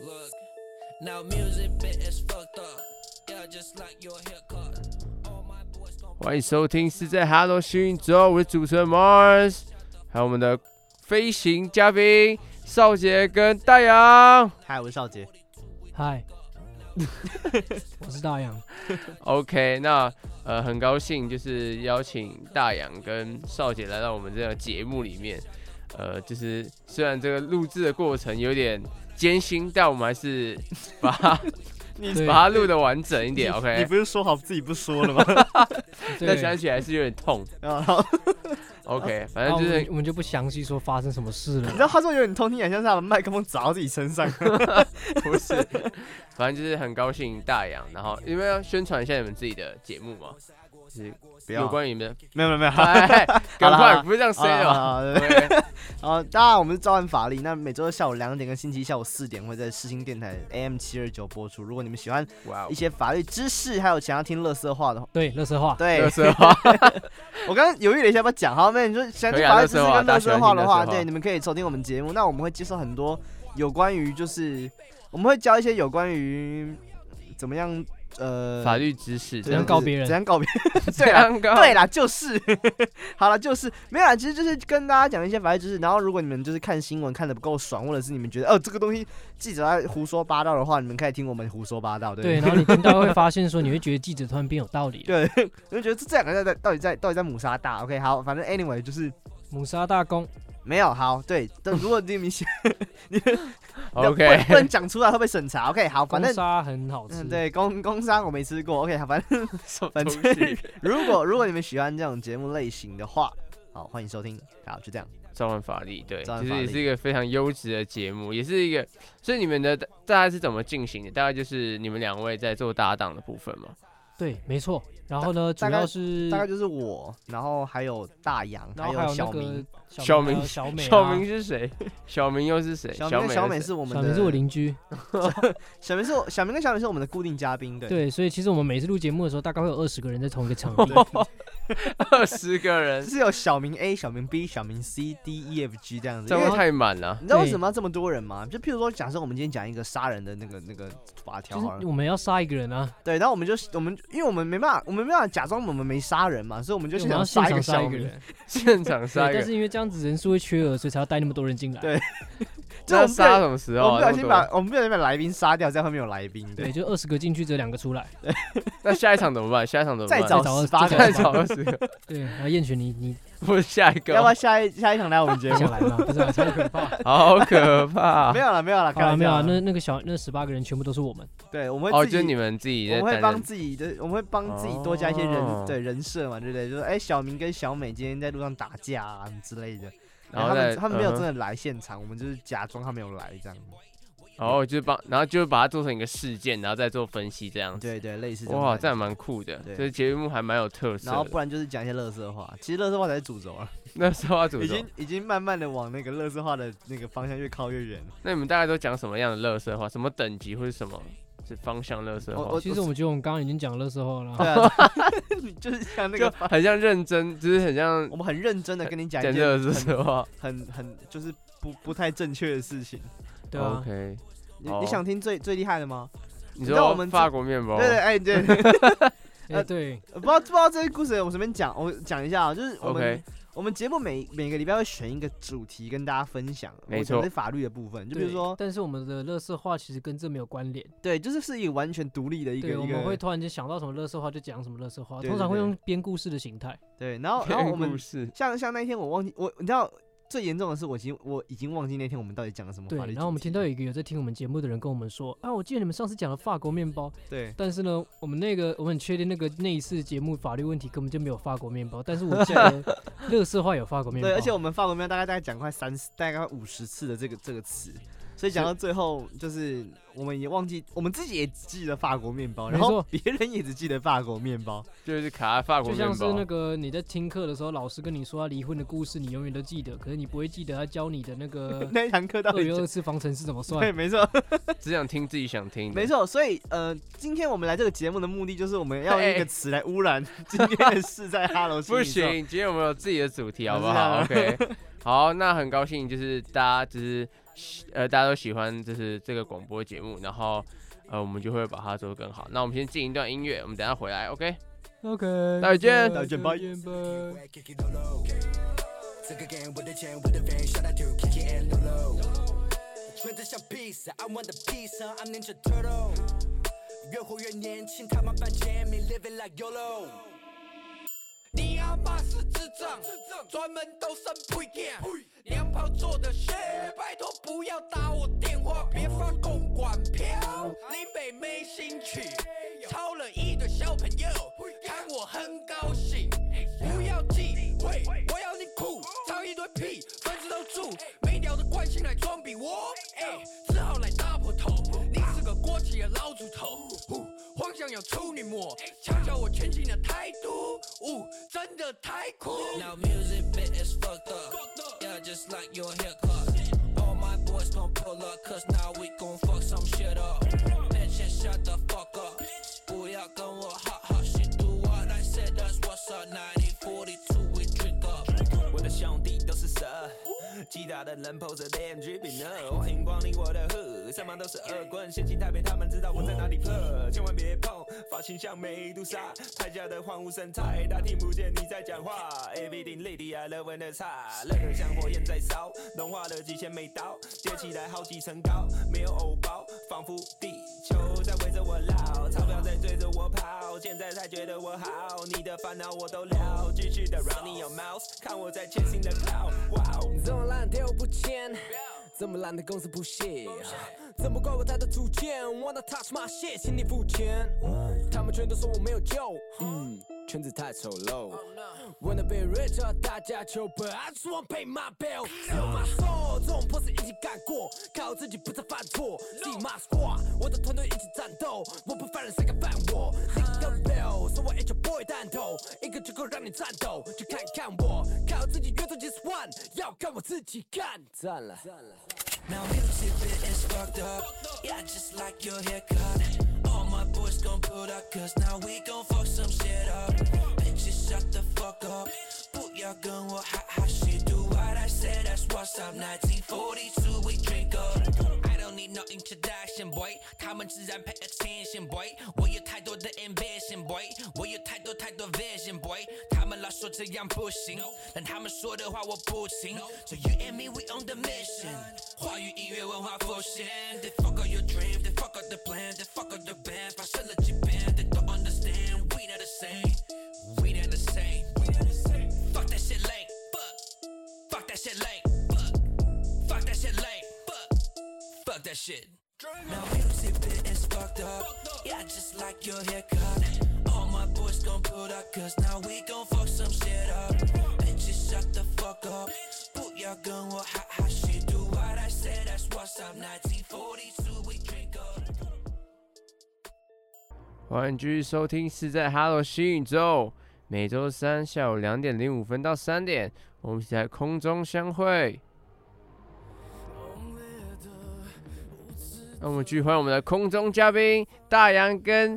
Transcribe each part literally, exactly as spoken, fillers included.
Look, now music bit is fucked up. Yeah, just like your haircut. All my boys don't. 欢迎收听是在 Hello 幸运周，我是主持人 Mars， 还有我们的飞行嘉宾少杰跟大洋。 嗨，我是少杰。 嗨，我是大洋。 OK， 那呃很高兴就是邀请大洋跟少杰来到我们这个节目里面。呃，就是虽然这个录制的过程有点艰辛，但我们还是把它把它录得完整一点。OK， 你不是说好自己不说了吗？ 但想起来是有点痛。OK， 反正就是、 啊、我, 们我们就不详细说发生什么事了。 你知道他说有点痛，听起来像是他把麦克风砸到自己身上。 不是，反正就是很高兴大洋，然后因为要宣传一下你们自己的节目嘛，就是有关于你们的， 没有没有没有， 赶快不是这样 say 的嘛。 好，当然我们是召唤法力，那每周下午两点跟星期一下午四点会在世新电台 A M 七二九播出。如果你们喜欢一些法律知识，还有想要听垃圾话的话， 对垃圾话， 对垃圾话， 我刚刚犹豫了一下要不要讲，好，那你说想听法律知识跟垃圾话的话，对，你们可以收听我们节目。那我们会介绍很多有关于，就是我们会教一些有关于怎么样。呃， 法律知识怎样告别人？ 怎样告别人？对啦，对啦，就是好了，就是没有啦。其实就是跟大家讲一些法律知识。然后，如果你们就是看新闻看得不够爽，或者是你们觉得哦这个东西记者在胡说八道的话，你们可以听我们胡说八道，对不对？ 对，然后你听到会发现说，你会觉得记者突然变有道理。 对，你会觉得这两个在到底在到底在母杀大 ？OK， 好，反正 anyway 就是母杀大公。 没有好，对，但如果你们想，你 OK 不能讲出来会被审查。OK， 好，反正公沙很好吃， 嗯、对，公公沙我没吃过。OK， 好，反正反正如果如果你们喜欢这种节目类型的话，好，欢迎收听。好，就这样。 召唤法力，对， 其实也是一个非常优质的节目，也是一个。所以你们的大概是怎么进行的？大概就是你们两位在做搭档的部分吗？ 对，没错。然后呢，主要是大概就是我，然后还有大洋， 还有小明。 小明， 小美、啊， 小明是谁？小明又是谁？ 小明跟小美是我们的， 小明是我邻居。 小明是我，小明跟小美是我们的固定嘉宾，对。 对，所以其实我们每次录节目的时候，大概会有二十个人在同一个场地。 二十个人， 是有小明 A、小明 B、小明 C、D、E、F、G 这样子。 这样太满了。 你知道为什么要这么多人吗？就譬如说，假设我们今天讲一个杀人的那个那个法条， 就是我们要杀一个人啊。 对，然后我们就我们，因为我们没办法，我们没办法假装我们没杀人嘛，所以我们就现场杀一个小明， 现场杀一个。 但是因为这样子人数会缺额，所以才要带那么多人进来。 对。 这要杀什么时候、啊？ 我们不小心把我们不小心把来宾杀掉，这样后面有来宾。 对，就二十个进去，只有两个出来。 那下一场怎么办？下一场怎么办？ 再找十八个， 再找二十个。 对，然后燕群你你不是下一个？ 要不要下一下一场来我们节目？ 想来吗？不是、啊，超可怕， 好可怕。 没有了，没有了，开玩笑。 没有啊，那那个小那十八个人全部都是我们。 对，我们会哦，就是你们自己在， 我们会帮自己的，我们会帮自己多加一些人、 哦、 对人设嘛，对不对？就是哎、欸，小明跟小美今天在路上打架啊之类的。 然后他们他们没有真的来现场，嗯、我们就是假装他没有来这样。 哦，就是帮，然后就把它做成一个事件，然后再做分析这样子。 对对，类似这样。 哇，这样蛮酷的，就是节目还蛮有特色的。 然后不然就是讲一些垃圾话，其实垃圾话才是主轴啊。 垃圾话主轴已经已经慢慢的往那个垃圾话的那个方向越靠越远。 那你们大概都讲什么样的垃圾话？什么等级或是什么？是方向垃圾话。 其实我们觉得我们刚刚已经讲垃圾话了。 对啊，就是像那个很像认真，就是很像我们很认真的跟你讲一件垃圾话， 很很就是不不太正确的事情。 对啊。 OK， 你你想听最最厉害的吗？ 你说我们法国面包？ 对对哎对。 呃对， 不知道不知道这些故事，我随便讲，我讲一下啊，就是我们。 Okay. 我们节目每每个礼拜会选一个主题跟大家分享， 没错， 是法律的部分，就比如说， 但是我们的垃圾话其实跟这没有关联， 对，就是是一个完全独立的一个， 对，我们会突然间想到什么垃圾话就讲什么垃圾话， 对对对， 通常会用编故事的形态， 对，然后然后我们像像那天我忘记我你知道。最严重的是我已经我已经忘记那天我们到底讲了什么法律。 对，然后我们听到有一个有在听我们节目的人跟我们说啊，我记得你们上次讲了法国面包。 对。 但是呢，我们那个我们很确定那个那一次节目法律问题根本就没有法国面包，但是我记得垃圾话有法国面包。 对，而且我们法国面包大概大概讲快三大概五十次的这个这个词。所以讲到最后，就是我们也忘记，我们自己也记得法国面包，然后别人也只记得法国面包， 就是卡在法国面包。 就像是那个你在听课的时候，老师跟你说他离婚的故事，你永远都记得，可是你不会记得他教你的那个那一堂课到底二元二次方程式怎么算。 对，没错， 只想听自己想听的。 没错，所以呃，今天我们来这个节目的目的就是我们要用一个词来污染今天的事在 Hello 不行，今天我们有自己的主题，好不好 ？OK。 好，那很高兴就是大家就是呃大家都喜欢就是这个广播节目，然后呃我们就会把它做得更好。那我们先进一段音乐，我们等一下回来 ，OK？ OK， 再见， 再见，拜。 这个 game 我的钱，我的 fan shout out to Kiki and Lolo。穿着像 piece I want the piece I'm Ninja Turtle。越活越年轻，他们扮前面 living like YOLO。 你阿妈是智障，专门都生配件。娘炮做的事，拜托不要打我电话，别发公馆票。林北没兴趣，超了一堆小朋友，看我很高兴。不要忌讳，我要你哭，唱一堆屁，粉丝都住，没鸟的惯性来装逼我，哎，只好来打破头。你是个过气的老猪头，幻想要处女膜，瞧瞧我前进的态度，呜，真的太酷。Now music bit is fucked up, yeah, just like your haircut. All my boys gon' pull up, cause now we gon' fuck some shit up. Bitch, just shut the fuck up. 不要跟我哈哈 shit, do what I said, that's what's up. nineteen forty-two, we drink up. 我的兄弟都是蛇，其他的人 pose 脸 dripping 呢。欢迎光临我的 hood， 上方都是恶棍，嫌弃台北，他们知道我在哪里 plug， 千万别碰，发型像美杜莎，台下的欢呼声太大，听不见你在讲话。Everything lady I love when it's hot， 热得像火焰在烧，融化了几千枚刀，叠起来好几层高，没有偶包，仿佛地球在围着我绕，钞票在追着我跑，现在才觉得我好，你的烦恼我都了，继续的 running your mouth， 看我在前行的 cloud， 哇、wow 这么烂丢不签，这么烂的公司不屑，怎么怪我太多主见 ？Wanna touch my shit， 请你付钱。他们全都说我没有救，嗯，圈子太丑陋。Wanna be rich， 大家求本 ，I just wanna pay my bill。有 my soul， 这种 pose 已经干过，靠自己不再犯错。See my squad， 我的团队一起战斗，我不犯人谁敢犯我？你个 bill， 说我 H boy 弹头，一个就够让你颤抖，去看看我，靠自己越做 just one， 要看我自己干，赞了。 Now music bit is fucked up, yeah, just like your haircut. All my boys gon' pull up, cause now we gon' fuck some shit up. Bitches shut the fuck up, 不要跟我哈哈 shit, do what I said, that's what's up. nineteen forty-two, we drink up. I don't need no introduction, boy. 他们自然 pay attention, boy. 我有太多的 ambition, boy. 我有太多太多 vision, boy. 他们老说这样不行，但他们说的话我不听。So you and me, we on the mission. 华语音乐文化复兴 They fuck up your dream, they fuck up the plan, they fuck up the band. 发生了几遍 They don't understand, we not the same, we not the same. Fuck that shit lame, fuck, fuck that shit lame, fuck, fuck that shit lame, fuck, fuck that shit. Now music bit is fucked up, yeah, just like your haircut. All my boys gon' pull up, cause now we gon' fuck some shit up. Bitches shut the fuck up, 不要跟我哈哈 shit, do what I said, that's what's up. nineteen forty-two, we drink up. 欢迎继续收听是在 Hello 新宇宙，每周三下午两点零五分到三点，我们一起在空中相会。那我们继续欢迎我们的空中嘉宾大杨跟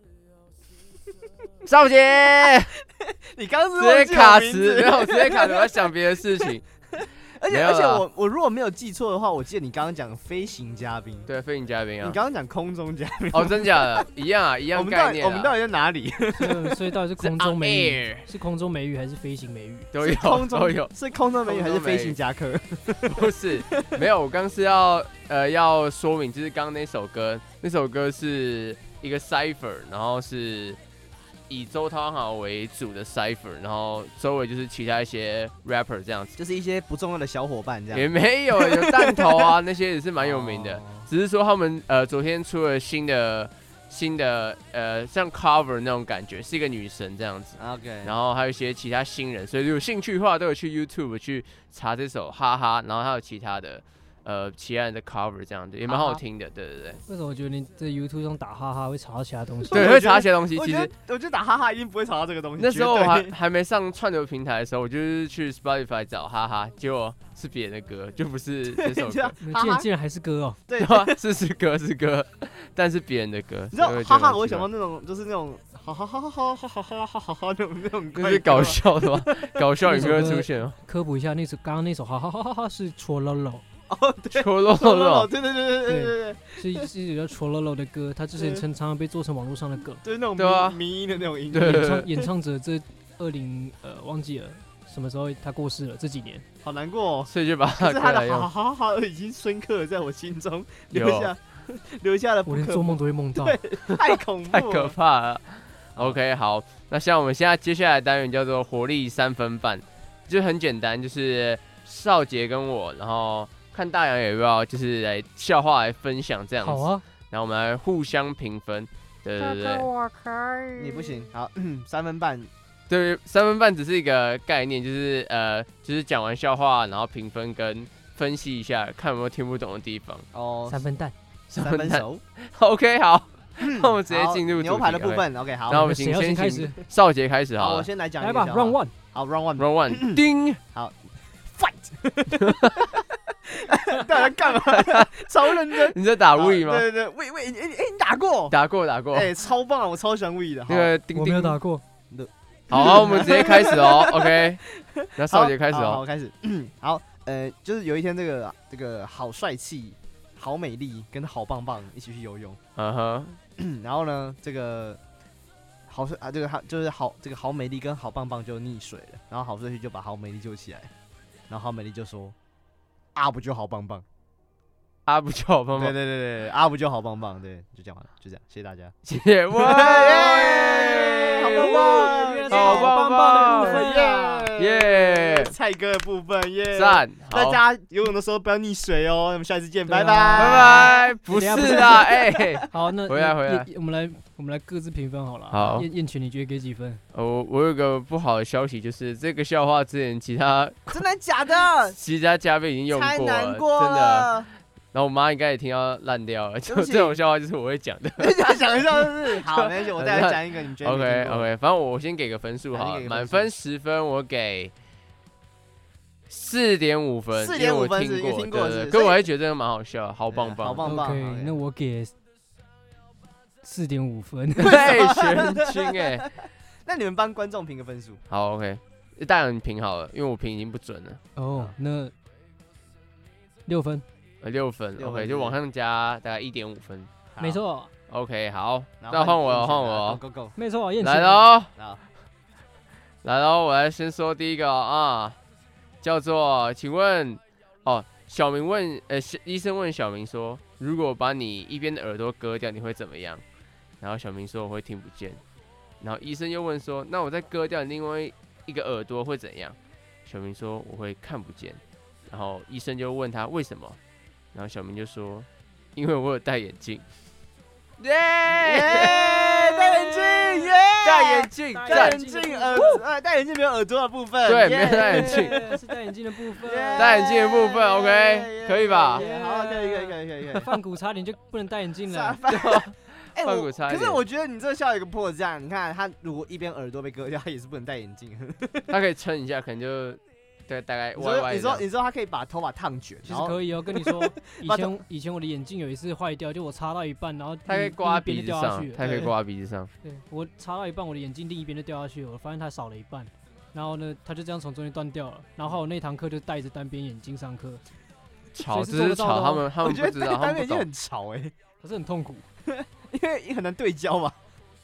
少杰。 你刚刚是直接卡词，没有直接卡词，我在想别的事情。 而且而且我我如果没有记错的话，我记得你刚刚讲飞行嘉宾， 对，飞行嘉宾啊， 你刚刚讲空中嘉宾， 哦，真假的，一样啊，一样概念啊。 我们到底在哪里？ 所以到底是空中美语，是空中美语还是飞行美语？ 都有，都有。 是空中美语还是飞行夹克？ 不是，没有。我刚是要呃要说明，就是刚刚那首歌，那首歌是一个 cipher， 然后是以周汤豪为主的 cipher， 然后周围就是其他一些 rapper 这样子， 就是一些不重要的小伙伴这样。 也没有有弹头啊，那些也是蛮有名的，哦、只是说他们呃昨天出了新的新的呃像 cover 那种感觉，是一个女神这样子。 OK， 然后还有一些其他新人，所以如果有兴趣的话，都有去 YouTube 去查这首哈哈，然后还有其他的呃其他人的 cover 这样子，也蛮好听的，对对对。 为什么我觉得你在 YouTube 上打哈哈会查到其他东西？ 对，会查其他东西。其实我觉得打哈哈一定不会查到这个东西。 那时候我还还没上串流平台的时候，我就是去 Spotify 找哈哈，结果是别人的歌，就不是这首歌。 竟然竟然还是歌哦。 对啊，是是歌是歌，但是别人的歌。 你知道哈哈，我会想到那种就是那种哈哈哈哈哈哈哈哈哈哈那种那种。 那是搞笑的吗？搞笑影片会出现哦。 科普一下，那首刚刚那首哈哈哈哈哈是 Chololo。 哦，对 ，Chololo， 对对对对对对对，是是一首叫 Chololo 的歌，它之前常常被做成网络上的梗， 对那种迷音的那种音。 演唱演唱者这二零呃忘记了什么时候他过世了，这几年好难过哦， 所以就把他他的哈哈哈已经深刻在我心中留下留下了， 我连做梦都会梦到， 对，太恐怖， 太可怕了。OK， 好，那像我们现在接下来的单元叫做火力三分半，就很简单，就是少杰跟我，然后。看大洋有没有就是来笑话来分享这样子， 好啊， 然后我们来互相评分，对对对。 我可以，你不行，好，三分半。 对，三分半只是一个概念，就是呃，就是讲完笑话，然后评分跟分析一下，看有没有听不懂的地方。 哦， 三分蛋， 三分熟。 OK， 好，那我们直接进入牛排的部分。OK， 好， 那我们先先开始，少杰开始好。 我先来讲一个。 来吧 ，Round One， 好 ，Round One，Round One， 叮， 好 ，Fight。大家干嘛？超认真！ 你在打 We 吗？ 对对对 ，We We， 哎哎，你打过？ 打过打过。 哎，超棒啊！我超喜欢 We 的。 那个叮叮， 我没有打过。 好，我们直接开始哦。OK， 那少杰开始哦。 好，开始。好，呃，就是有一天，这个这个好帅气、好美丽跟好棒棒一起去游泳。 嗯哼。 然后呢，这个好帅啊，这个就是好，这个好美丽跟好棒棒就溺水了。然后好帅气就把好美丽救起来。然后好美丽就说。啊不就好棒棒， 啊不就好棒棒， 对对对对，啊不就好棒棒，对，就讲完了，就这样，谢谢大家， 谢谢，哇， 好棒棒， 好棒棒的部分耶， 耶， 蔡哥的部分耶， 赞， 大家游泳的时候不要溺水哦，我们下次见，拜拜， 拜拜，不是啦，哎， 好，那回来回来， 我们来我们来各自评分好了， 好， 燕燕群你觉得给几分？ 我我有个不好的消息，就是这个笑话之前其他真的假的？ 其他嘉宾已经用过了，真的。然后我妈应该也听到烂掉了，就这种笑话就是我会讲的。 讲一下是不是？好，没关系，我再来讲一个，你觉得 ？OK OK， 反正我先给个分数好了，满分十分，我给四点五分， 四点五分是听过， 对，可我还觉得这个蛮好笑，好棒棒， 好棒棒。 OK， 那我给四点五分， 对，玄清哎。 那你们帮观众评个分数。 好 OK， 大洋你评好了，因为我评已经不准了。 哦，那六分。 呃，六分 ，OK， 就往上加大概一点五分， 没错。 OK， 好，那换我了，换我了， 没错， 来喽，来喽，我来先说第一个啊，叫做，请问，哦，小明问，呃，医生问小明说，如果把你一边的耳朵割掉，你会怎么样？然后小明说我会听不见，然后医生又问说，那我再割掉另外一个耳朵会怎样？小明说我会看不见，然后医生就问他为什么？然后小明就说：“因为我有戴眼镜。”耶！ 戴眼镜，耶！ 戴眼镜， 戴眼镜耳，呃，戴眼镜没有耳朵的部分， 对，没有戴眼镜， 是戴眼镜的部分， 戴眼镜的部分 ，OK， 可以吧？ 好，可以，可以，可以，可以，可以。 范谷差点就不能戴眼镜了， 哎，我可是我觉得你这个笑有一个破绽，你看他如果一边耳朵被割掉，他也是不能戴眼镜， 他可以撑一下，可能就。对，大概歪歪的。 你说，你说他可以把头发烫卷， 其实可以哦。跟你说，以前以前我的眼镜有一次坏掉，就我插到一半，然后它可以刮鼻子上，它可以刮鼻子上。 对，我插到一半，我的眼镜另一边就掉下去了，我发现它少了一半，然后呢，它就这样从中间断掉了。然后我那堂课就戴着单边眼镜上课。 吵，只是吵，他们他们不知道，他们不懂。 很吵哎， 可是很痛苦， 因为很难对焦嘛。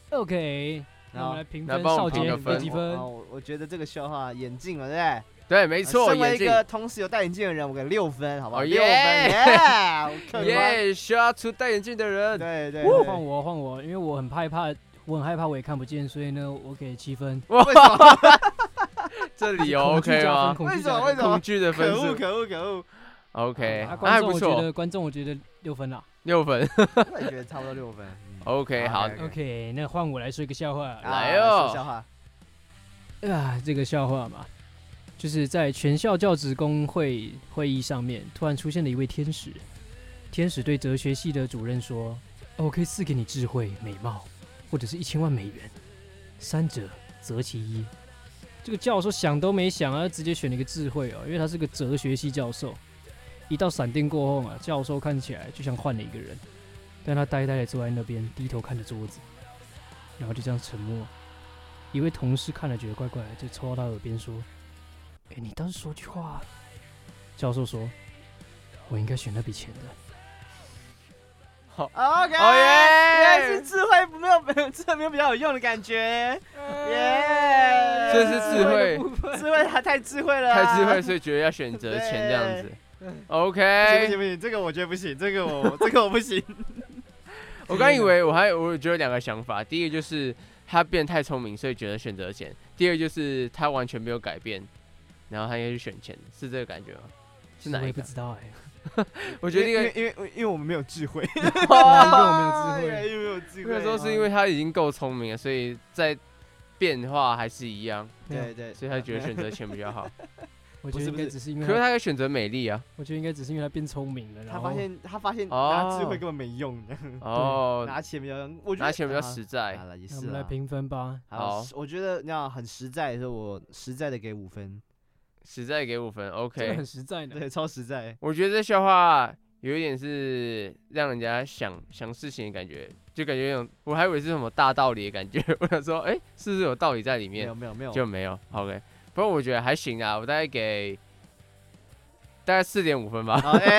OK， 那我们来评分， 少杰给几分？ 我觉得这个笑话眼镜嘛，对不对？ 对，没错。 身为一个同时有戴眼镜的人，我给六分，好不好？ 六分，耶！耶 ，shout to 戴眼镜的人。 对对。 换我，换我，因为我很害怕，我很害怕我也看不见，所以呢，我给七分。 为什么？ 这理由 OK 吗？ 为什么？为什么？ 恐惧的分数。 可恶！可恶！可恶 ！OK， 那还不错。观众我觉得六分啦。 六分。 我也觉得差不多六分。 OK， 好。 OK， 那换我来说一个笑话。 来哦。 笑话。 啊，这个笑话嘛。 就是在全校教职工会会议上面，突然出现了一位天使。天使对哲学系的主任说：“哦，我可以赐给你智慧、美貌，或者是一千万美元，三者择其一。”这个教授想都没想啊，直接选了一个智慧哦，因为他是个哲学系教授。一道闪电过后啊，教授看起来就像换了一个人，但他呆呆的坐在那边，低头看着桌子，然后就这样沉默。一位同事看了觉得怪怪的，就凑到他耳边说：“哎，你倒是说句话。”教授说：“我应该选那笔钱的。” OK， 哦耶！ 原来是智慧没有，智慧没有比较有用的感觉，耶！ 这是智慧， 智慧还太智慧了、啊， 太智慧，所以觉得要选择钱这样子。OK， 不行不行，这个我觉得不行，这个我这个我不行。 我刚以为我还我觉得两个想法，第一个就是他变太聪明，所以觉得选择钱；第二个就是他完全没有改变，然后他应该去选钱，是这个感觉吗？是哪一个？ 我也不知道哎、欸。 我觉得因为因为因为我们没有智慧， 因为我没有智慧， 因为没有智慧。 那时候是因为他已经够聪明了，所以在变化还是一样。 对对， 所以他觉得选择钱比较好。 我觉得应该只是因为， 可是他可以选择美丽啊。 我觉得应该只是因为他变聪明了，然后他发现他发现拿智慧根本没用， 哦， 拿钱比较用，我觉得拿钱比较实在。 好了，也是。 我们来评分吧。 好，我觉得那很实在的时候，我实在的给五分。 实在给五分 ，OK， 真的很实在的， 对，超实在。 我觉得这笑话有一点是让人家想想事情的感觉，就感觉有种我还以为是什么大道理的感觉，我想说，哎、欸，是不是有道理在里面？ 没有没有没有， 就没有 ，OK。不过我觉得还行啊，我大概给大概四点五分吧。 好耶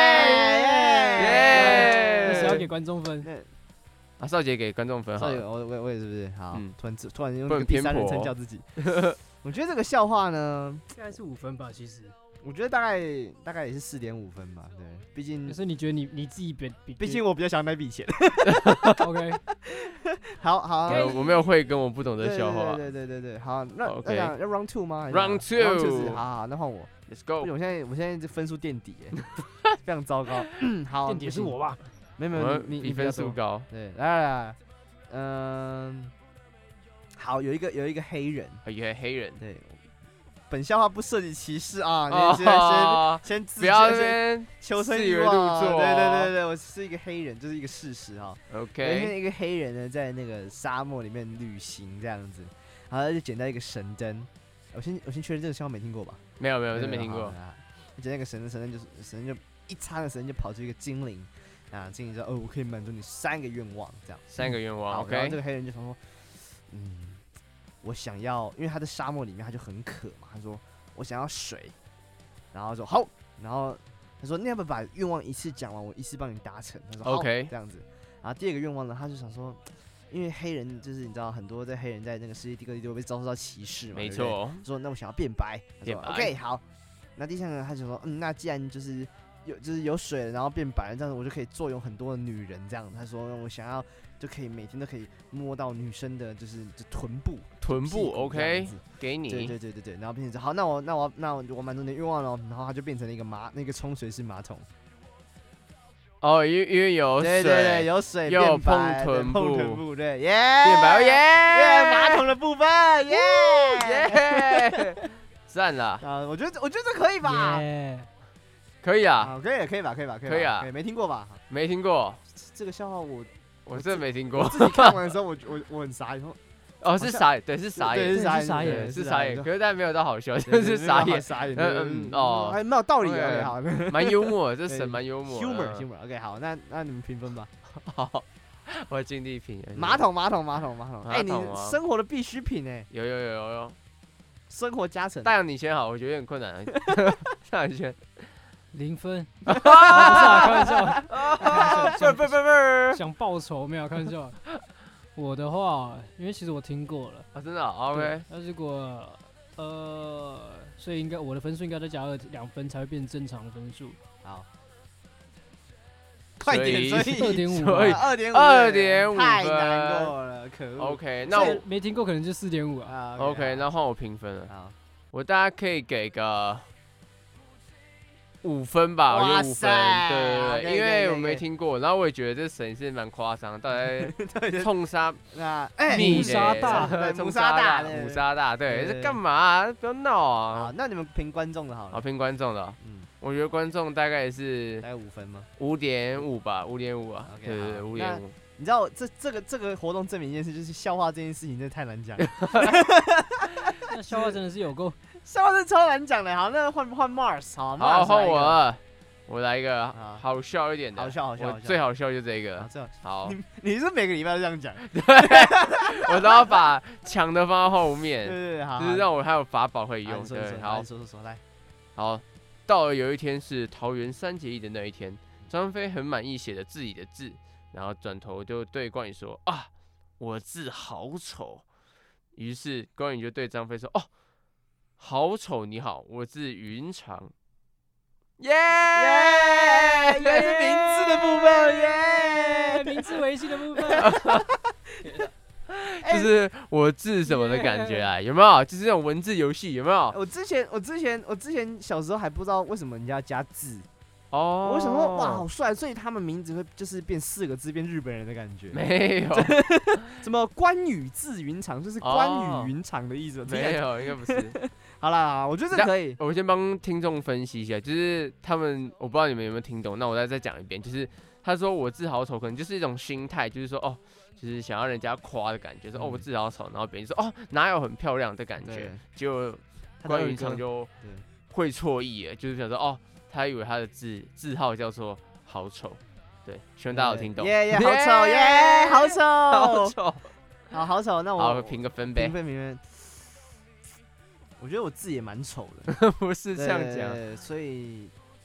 耶！ 那谁要给观众分？ 啊，少杰给观众分好了。 少杰，我我我也是不是？好， 嗯、 突然突然用一个第三人称叫自己。我觉得这个笑话呢， 应该是五分吧，其实。 我觉得大概大概也是四点五分吧，对，毕竟。 可是你觉得你你自己比比， 毕竟我比较想要那笔钱。 OK， 好好、 呃，我没有会跟我不懂的笑话。 对对对对对，好，那 OK， 那要 round two 吗 ？round two， 好好，那换我 ，Let's go。 我现在我现在这分数垫底，非常糟糕。好， 垫底是我吧？ 没有没有，你你分数高。 对，来来来，嗯，好，有一个有一个黑人， 一个黑人， 对。本笑话不涉及歧视啊， 哦、 先先先自不要先求生欲望，对对对对，我是一个黑人，就是一个事实哈。 OK， 有一天一个黑人呢，在那个沙漠里面旅行这样子，然后他就捡到一个神灯。我先我先确认这个笑话没听过吧？ 没有没有，真没听过。 捡到一个神灯，神灯就是神灯就一插，那神灯就跑出一个精灵啊，精灵说：“哦，我可以满足你三个愿望。”这样， 三个愿望。OK， 然后这个黑人就想说：“嗯。”我想要，因为他在沙漠里面，他就很渴嘛。他说：“我想要水。”然后说：“好。”然后他说：“那要不要把愿望一次讲完，我一次帮你达成？”他说：“好。”这样子。然后第二个愿望呢，他就想说，因为黑人就是你知道，很多在黑人在那个世界各地都会被遭受到歧视嘛。 没错。 说那我想要变白。变白。OK， 好。那第三个他就说：“嗯，那既然就是有就是有水了，然后变白了，这样子我就可以作用很多的女人。”这样，他说：“我想要。”就可以每天都可以摸到女生的，就是就臀部， 臀部 OK， 给你， 对对对对对，然后变成好，那我那我那我我满足你的愿望了，然后它就变成了一个马那个冲水式马桶。 哦，因为因为有水， 对对对，有水又碰臀部，碰臀部，对，耶， 变白，耶耶，马桶的部分，耶耶，赞了啊！我觉得我觉得这可以吧， 可以啊， 可以可以吧，可以吧， 可以啊， 没听过吧？ 没听过这个笑话我。 我真的没听过， 我自己看完的时候，我我我很傻眼。 哦，是傻眼，对，是傻眼， 是傻眼， 是傻眼。可是但没有到好笑，就是傻眼， 傻眼。 嗯哦， 还蛮有道理的，好， 蛮幽默，这神蛮幽默。 humor humor OK， 好，那那你们评分吧。 好，我尽力评。 马桶马桶马桶马桶，哎，你生活的必需品哎。 有有有有有， 生活加成。 大洋你先好，我觉得有点困难。大洋先。 零分，啊、不是啊，开玩笑， 不不不不， 想报仇没有？开玩笑。我的话，因为其实我听过了啊，真的 ，OK。 那如果呃，所以应该我的分数应该再加二两分才会变正常的分数。 好，快点，所以二点五， 二点五， 二点五， 太难过了，可恶。 OK， 那我没听过，可能就四点五啊。 OK， 那换我评分了。好，我大家可以给个。 五分吧，我觉得五分， 哇塞对对对， 可以可以因为我可以没听过，然后我也觉得这神是蛮夸张，到底在冲杀那哎， 蜜母沙大对冲母沙大， 母沙大，对， 对对这干嘛啊？不要闹好， 啊！ 那你们评观众的好好， 了， 评观众的， 嗯， 我觉得观众大概是大概五分吗？ 五点五吧，五点五啊， OK， 对对对， 好五点五。 你知道这这个这个活动证明一件事，就是笑话这件事情真的太难讲了， 那笑话真的是有够。 笑话是超难讲的。好，那换换 Mars，好好， ，Mars 换来一个我了，我来一个好好笑一点的， 好笑好笑我好笑最好笑就这个， 好这样好， 你你是每个礼拜都这样讲？ 我都要把强的放到后对面， 对对，好，好就是让我还有法宝可以好用，对， 你说你说好你，说说说来， 好，到了有一天是桃园三结义的那一天，张飞很满意写了自己的字，然后转头就对关羽说：“啊，我字好丑。”于是关羽就对张飞说：“哦，好丑，你好，我字云长。”耶！ 耶，原来是名字的部分，耶， 名字维系的部分。 就是我字什么的感觉啊，有没有？就是那种文字游戏，有没有？ 我之前我之前我之前小时候还不知道为什么人家加字， 哦， 我想说哇好帅，所以他们名字会就是变四个字，变日本人的感觉。 没有， 什么关羽字云长，就是关羽云长的意思。 没有，应该不是。 好啦，好啦我觉得这可以。 我先帮听众分析一下，就是他们，我不知道你们有没有听懂，那我再再讲一遍，就是他说我字好丑，可能就是一种心态，就是说哦，就是想要人家夸的感觉，说哦我字好丑，然后别人说哦哪有很漂亮的感觉对， 结果关云长就会错意了，就是想说哦，他以为他的字字号叫做好丑，对，希望大家有听懂。 耶耶，好丑耶，好丑， 好丑， 好好丑。那我好评个分呗评，分评分。我觉得我字也蛮丑的， 不是这样讲， 对，所以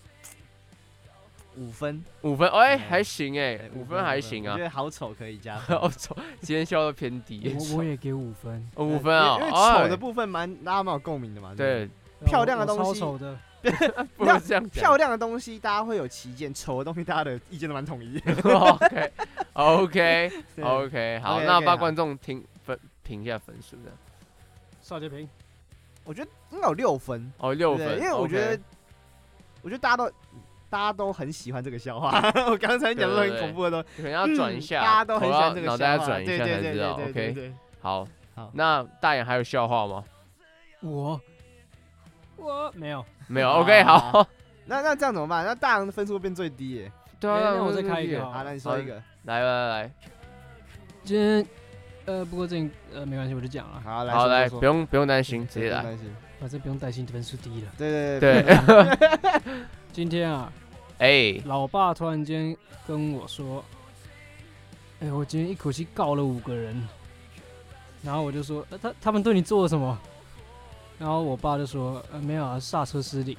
五分， 五分，哎对还行哎对， 五分还行啊我觉，得好丑可以加分。 好丑，今天笑到偏低， 我我也给五分。 哦五分啊， 因为哎丑的部分蛮大家蛮有共鸣的嘛。对对， 漂亮的我东西超丑的。 不是这样不对， 讲。 漂亮的东西大家会有旗舰，丑的东西大家的意见都蛮统一。 OK OK 对 OK， 好， OK，OK， 那帮好观众听分评一下分数的。 邵杰平， 我觉得应该有六分， 哦，六对分， 因为我觉得 OK， 我觉得大家都大家都很喜欢这个笑话。我刚才讲说很恐怖的东西， 可能要转一下， 嗯大家都很喜欢这个头要脑笑话， 袋要转一下对对对才知道。 对对对 OK， 对。 好好， 那大眼还有笑话吗？ 我我没有。 没有。 好 OK，好。 那那这样怎么办？那大洋的分数会变最低耶。 对啊， 哎那我再开一个好好，那你说一个。 来来来， 今天呃，不过这呃没关系，我就讲了， 好，来， 好来， 说说不用不用担心，直接来。 对不用担心反正不用担心分数低了。 对对对， 今天啊， 哎， 老爸突然间跟我说：“哎、我今天一口气告了五个人。”然后我就说：“呃、他他们对你做了什么？”然后我爸就说：“呃，没有啊，刹车失灵。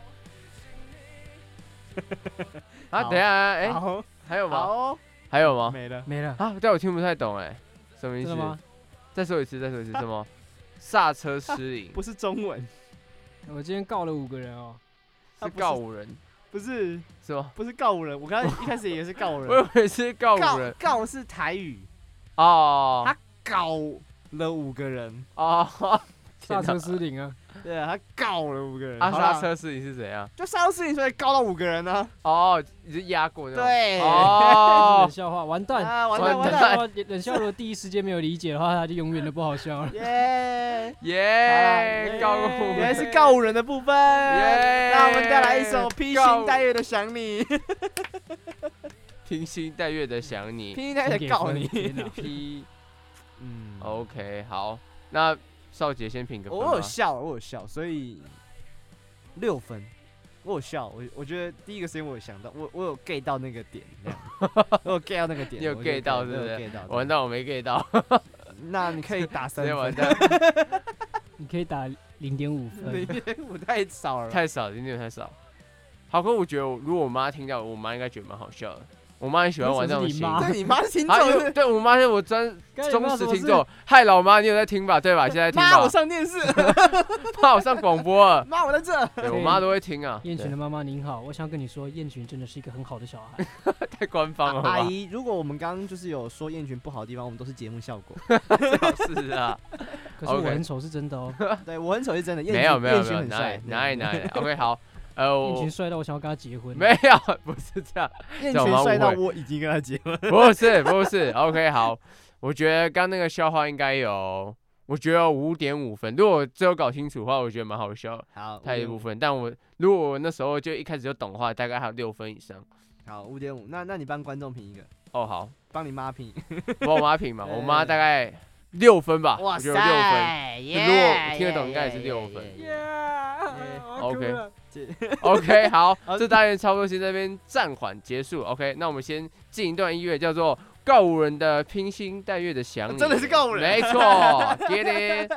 啊， 好等一下，哎， 好， 还有吗？ 好哦， 还有吗？ 没了。” 没了， 啊，但我听不太懂，哎，什么意思？ 真的吗？ 再说一次，再说一次，什么？刹车失灵不是中文， 我今天告了五个人哦。 是他不是告五人不是是吗？ 不是告五人，我刚才一开始以为是告我人， 以为是告五告人告是台语， 哦他告了五个人， 哦， 刹车天哪失灵啊！ 对啊，他告了五个人。 啊， 好啦刹车失灵是怎样？ 就刹车失灵，所以告到五个人呢。 哦，你是压过那种？ 对， 哦冷，笑话，完蛋！ 啊，完蛋完蛋完蛋， 冷笑话，冷笑如果第一时间没有理解的话，他就永远都不好笑了。 耶！ 耶，告过原来是告五人的部分。 耶让我们带来一首披星戴月的想你， 披星戴月的想你。 披星戴月的告你。 天哪 P 嗯， OK 好，那少杰先评个分我有吧。 笑，我有笑，所以六分。我有笑，我我觉得第一个时间我有想到，我我有 get 到那个点，这样，我有 get 到那个点， 你有我 get 到我有是不是 get 到， 完蛋，我没 get 到， 那你可以打三直接完分， 蛋， 你可以打零点五分。 零点五太少了， 太少，零点太少。好，可我觉得如果我妈听到，我妈应该觉得蛮好笑的。我妈很喜欢玩这种型。 为什么是你妈对你妈是听啊， 众是不是， 因为对我妈是我专干你忠妈什么事实听众。嗨，老妈，你有在听吧？对吧？现在听妈，我吧？ 上电视， 怕我上广播了。 妈，我在这。 对我妈都会听啊。 燕群的妈妈您好，我想跟你说，燕群真的是一个很好的小孩。 对太官方了吧？ 阿姨，如果我们刚刚就是有说燕群不好的地方，我们都是节目效果。 最好是啊。 可是我 OK 很丑是真的哦。 对我很丑是真的，燕没有群燕群没有没有，哪里很帅， 哪里哪里。OK， 好， 呃， 燕群帅到我想要跟他结婚。 没有，不是这样。 燕群帅到我已经跟他结婚。 不是不是 ，OK 好，我觉得刚那个笑话应该有，我觉得五点五分。如果最后搞清楚的话，我觉得蛮好笑。 好， 太一部分，但我如果我那时候就一开始就懂的话，大概还有六分以上。 好，五点五。那那你帮观众评一个。 哦，好， 帮你妈评。 帮我妈评嘛，我妈大概六分吧， 哇塞， 我觉得六分。如果听得懂，应该也是六分。OK OK 好，这单元差不多先在这边暂缓结束。OK， 那我们先进一段音乐，叫做告五人的披星戴月的想你。 真的是告五人， 没错 ，Get it。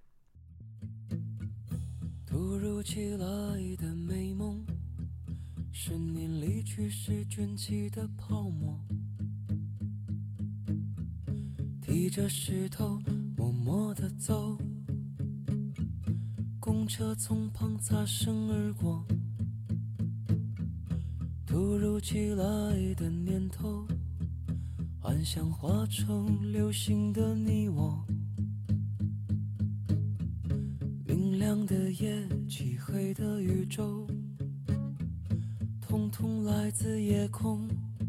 突如其来的美梦，十年离去时卷起的泡沫，提着石头默默地走，公车从旁擦身而过。突如其来的念头，幻想化成流星的你我，明亮的夜，漆黑的宇宙，统统来自夜空。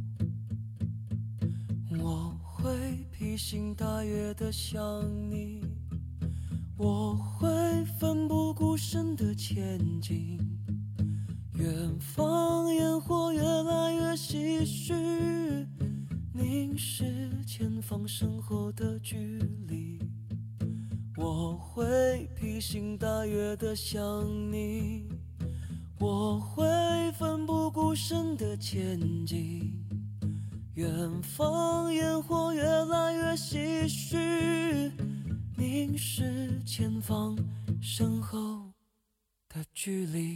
我会披星戴月的想你，我会奋不顾身的前进。远方烟火越来越唏嘘，凝视前方身后的距离。我会披星戴月的想你，我会奋不顾身的前进。远方烟火越来越唏嘘，凝视前方身后的距离。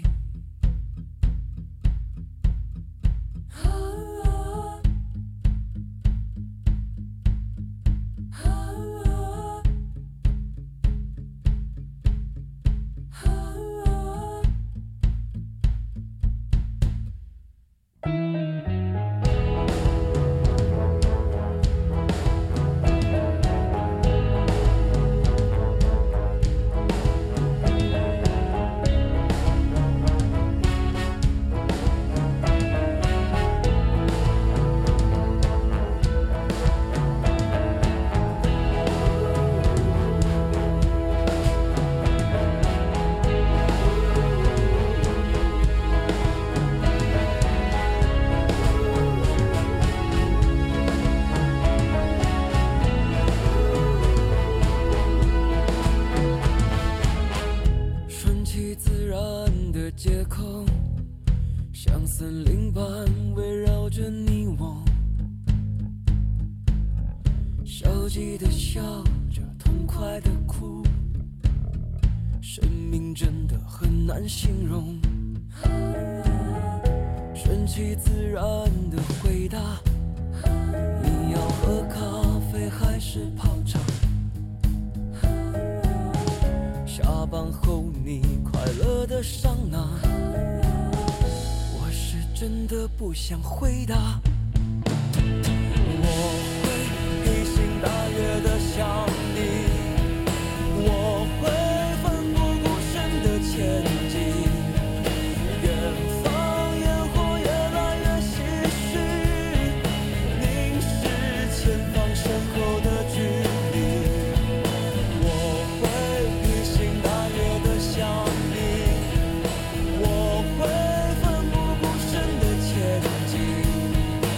森林般围绕着你我，消极的笑着，痛快的哭，生命真的很难形容。顺其自然的回答，你要喝咖啡还是泡茶？下班后你快乐的桑拿，我是真的不想回答。我会披星戴月的想你，我会奋不顾身的前进。远方烟火越来越唏嘘，凝视前方身后的距离。我会披星戴月的想你，我会奋不顾身的前进。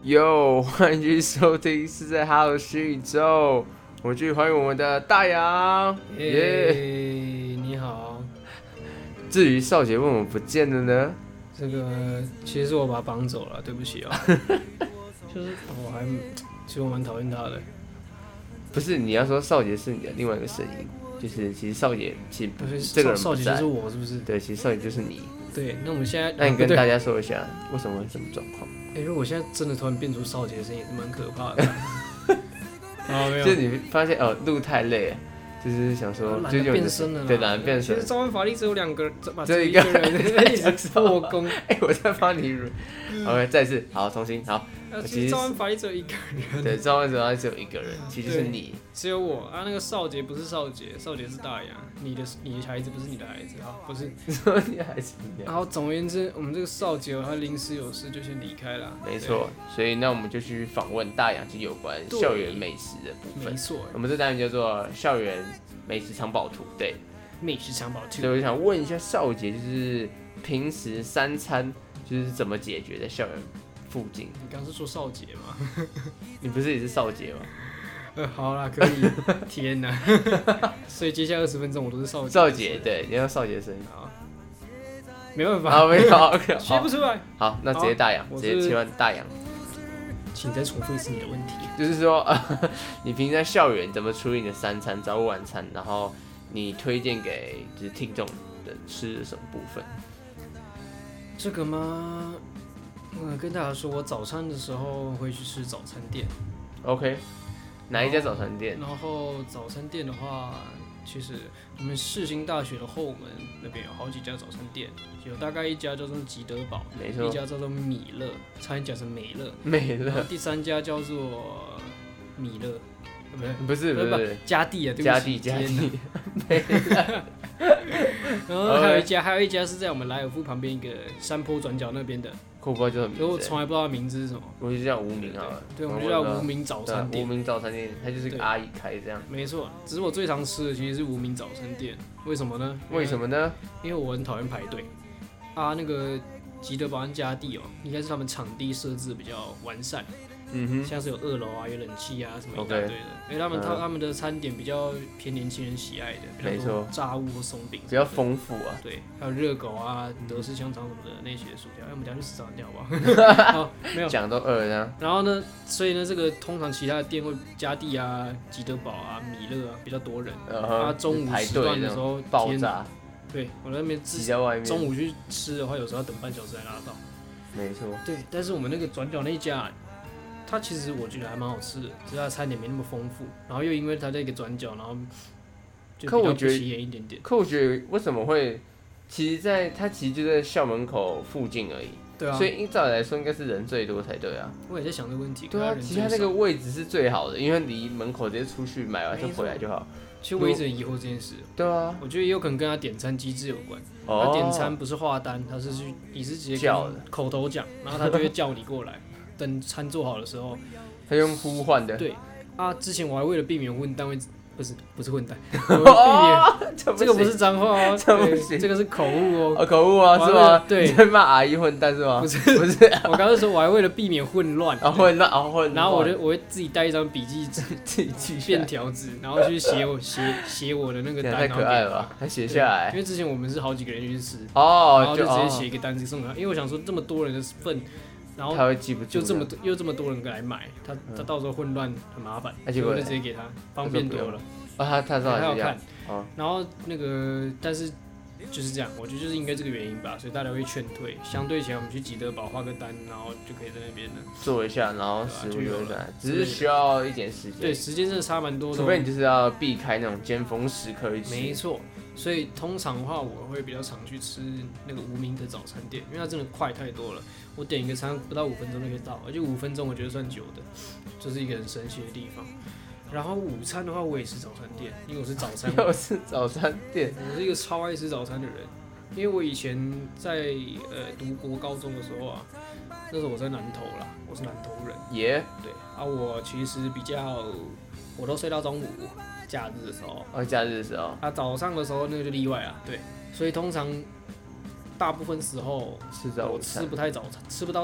哟，欢迎继续收听是在哈喽新宇宙，我们继续欢迎我们的大洋，耶、 耶！你好。 至于少杰为什么不见了呢？ 这个其实是我把他绑走了，对不起啊。就是我还，其实我蛮讨厌他的。 不是，你要说少杰是你的另外一个声音，就是其实少杰其实不是这个人不在， 少杰就是我，是不是？ 对，其实少杰就是你。 对，那我们现在， 那你跟大家说一下，为什么会这么状况？ 哎、欸，如果我现在真的突然变出少杰的声音，也是蛮可怕的。啊，没有， 就是你发现哦，路太累了，就是想说，就用变身了， 对，懒得变身。 其实召唤法力只有两个人， 只有一个人一直破功。 哎、欸，我在帮你。OK， 再次，好，重新，好。 其实召唤法力只有一个人。 对，召唤法力只有一个人，其实就是你。 只有我啊，那个少杰不是少杰，少杰是大洋。你的你的孩子不是你的孩子啊，不是。 说你的孩子。 然后总而言之，我们这个少杰他临时有事就先离开了。 没错，所以那我们就去访问大洋，就有关校园美食的部分。 没错。 我们这单元叫做校园美食藏宝图，对。 美食藏宝图。 所以我想问一下少杰，就是平时三餐就是怎么解决在校园附近？ 你刚是说少杰吗？ 你不是也是少杰吗？ 呃，好啦，可以。天哪！所以接下来二十分钟我都是少杰。 少杰，对，你要少杰的声音。 好，没办法。 好，没有 ，OK， 学不出来。 好，那直接大洋，直接切换大洋。 请再重复一次你的问题。 就是说，呃、你平时在校园怎么处理你的三餐、早午晚餐？然后你推荐给就是听众的吃的什么部分？ 这个吗？嗯，跟大家说，我早餐的时候会去吃早餐店。 OK， 哪一家早餐店？ 然后早餐店的话，其实我们世新大学的后门那边有好几家早餐店，有大概一家叫做吉德堡， 没错， 一家叫做米乐，差点讲成美乐， 美乐， 第三家叫做米乐，不是不是不是嘉地啊，对不起， 嘉地嘉地，美乐。 然后还有一家，还有一家是在我们莱尔夫旁边一个山坡转角那边的。 我不知道叫什么名字， 我从来不知道名字是什么， 我就叫无名好了。 对，我们就叫无名早餐店。 无名早餐店，它就是个阿姨开这样。 没错，只是我最常吃的其实是无名早餐店。为什么呢？ 为什么呢？ 因为我很讨厌排队。啊，那个吉德堡和嘉地哦，应该是他们场地设置比较完善。嗯哼，像是有二楼啊，有冷气啊，什么一大堆的。因为他们他他们的餐点比较偏年轻人喜爱的， 没错， 炸物或松饼比较丰富啊。 对，还有热狗啊、德式香肠什么的那些薯条。哎，我们等下去吃早餐店好不好？好，没有讲都饿了。 然后呢，所以呢，这个通常其他的店会嘉地啊、吉德堡啊、米乐啊比较多人。啊，中午时段的时候爆炸。 对，我在那边挤在外面。 中午去吃的话，有时候要等半小时才拿到。 没错。 对，但是我们那个转角那一家。它其实我觉得还蛮好吃的，只是它的餐点没那么丰富，然后又因为它在一个转角，然后就比较不起眼一点点。 可我觉得为什么会，其实在它其实就在校门口附近而已， 对啊， 所以照理来说应该是人最多才对啊。 我也在想这个问题。 对啊，其实它那个位置是最好的，因为离门口直接出去买完就回来就好。 其实我一直很疑惑这件事。 对啊， 我觉得也有可能跟他点餐机制有关。哦、他点餐不是画单，他是去你是直接叫口头讲，然后他就会叫你过来，等餐做好的时候。 他用呼唤的。 对啊，之前我还为了避免混单位，不是不是混单，避免这个不是脏话哦，这, 这个是口误哦， 哦口误啊是吗？ 对， 你在骂阿姨混蛋是吗？ 不是不是， 我刚刚说我还为了避免混乱， 啊混乱啊混乱， 然后我就我会自己带一张笔记纸， 自己记便条纸，然后去写我写写我的那个单， 太可爱了吧，还写下来。 因为之前我们是好几个人去吃， 哦， 然后就直接写一个单子送给他，因为我想说这么多人的份。然后他会记不住， 就这么多又这么多人来买，他他到时候混乱很麻烦，所以我就直接给他，方便多了。 啊，他他说他要看，然后那个但是就是这样，我觉得就是应该这个原因吧，所以大家会劝退。相对起来，我们去吉德堡画个单，然后就可以在那边做一下，然后食物就会来，只是需要一点时间。 对，时间真的差蛮多的。 除非你就是要避开那种尖峰时刻去吃。 没错。所以通常的话，我会比较常去吃那个无名的早餐店，因为它真的快太多了。我点一个餐不到五分钟就可以到，而且五分钟我觉得算久的，就是一个很神奇的地方。然后午餐的话，我也吃早餐店，因为我是早餐。 又是早餐店。 我是一个超爱吃早餐的人，因为我以前在呃读国高中的时候啊，那时候我在南投啦，我是南投人。 耶。 Yeah. 对啊，我其实比较，我都睡到中午。假日的时候， 哦，假日的时候， 啊，早上的时候那个就例外啊，对，所以通常大部分时候吃早我吃不太早餐，吃不到